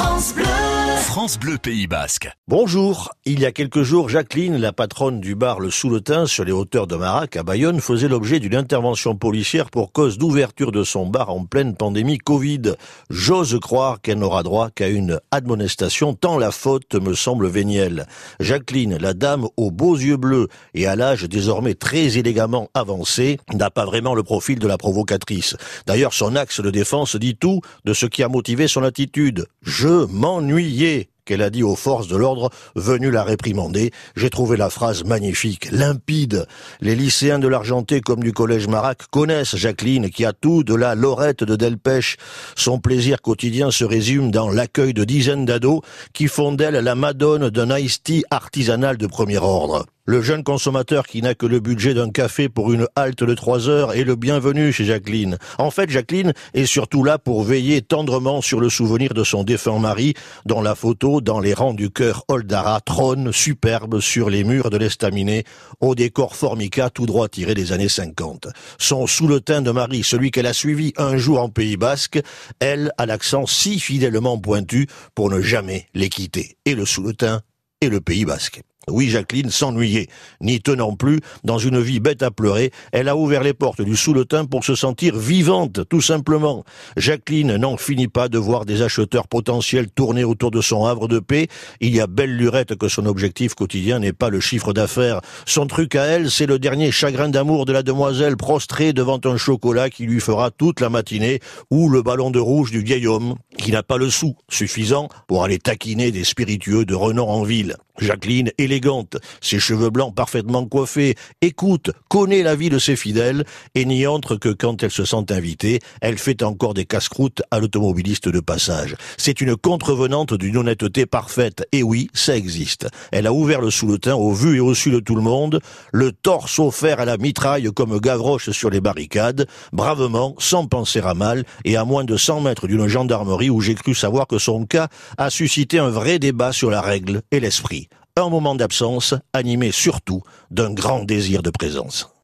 France Bleu Pays Basque. Bonjour. Il y a quelques jours, Jacqueline, la patronne du bar Le Souletin sur les hauteurs de Marac à Bayonne, faisait l'objet d'une intervention policière pour cause d'ouverture de son bar en pleine pandémie Covid. J'ose croire qu'elle n'aura droit qu'à une admonestation tant la faute me semble vénielle. Jacqueline, la dame aux beaux yeux bleus et à l'âge désormais très élégamment avancé, n'a pas vraiment le profil de la provocatrice. D'ailleurs, son axe de défense dit tout de ce qui a motivé son attitude. Je m'ennuyais, qu'elle a dit aux forces de l'ordre venues la réprimander. J'ai trouvé la phrase magnifique, limpide. Les lycéens de l'Argenté comme du collège Marac connaissent Jacqueline qui a tout de la Lorette de Delpech. Son plaisir quotidien se résume dans l'accueil de dizaines d'ados qui font d'elle la madone d'un iced tea artisanal de premier ordre. Le jeune consommateur qui n'a que le budget d'un café pour une halte de 3 heures est le bienvenu chez Jacqueline. En fait, Jacqueline est surtout là pour veiller tendrement sur le souvenir de son défunt mari, dont la photo, dans les rangs du chœur Oldara, trône superbe sur les murs de l'estaminet, au décor formica tout droit tiré des années 50. Son Souletin de mari, celui qu'elle a suivi un jour en Pays Basque, elle a l'accent si fidèlement pointu pour ne jamais les quitter. Et le Souletin et le Pays Basque. Oui, Jacqueline s'ennuyait, n'y tenant plus, dans une vie bête à pleurer, elle a ouvert les portes du Souletin pour se sentir vivante, tout simplement. Jacqueline n'en finit pas de voir des acheteurs potentiels tourner autour de son havre de paix. Il y a belle lurette que son objectif quotidien n'est pas le chiffre d'affaires. Son truc à elle, c'est le dernier chagrin d'amour de la demoiselle prostrée devant un chocolat qui lui fera toute la matinée, ou le ballon de rouge du vieil homme, qui n'a pas le sou suffisant pour aller taquiner des spiritueux de renom en ville. Jacqueline, élégante, ses cheveux blancs parfaitement coiffés, écoute, connaît la vie de ses fidèles et n'y entre que quand elle se sent invitée. Elle fait encore des casse-croûtes à l'automobiliste de passage. C'est une contrevenante d'une honnêteté parfaite. Et oui, ça existe. Elle a ouvert le Souletin au vu et au su de tout le monde, le torse offert à la mitraille comme Gavroche sur les barricades, bravement, sans penser à mal, et à moins de 100 mètres d'une gendarmerie où j'ai cru savoir que son cas a suscité un vrai débat sur la règle et l'esprit. Un moment d'absence, animé surtout d'un grand désir de présence.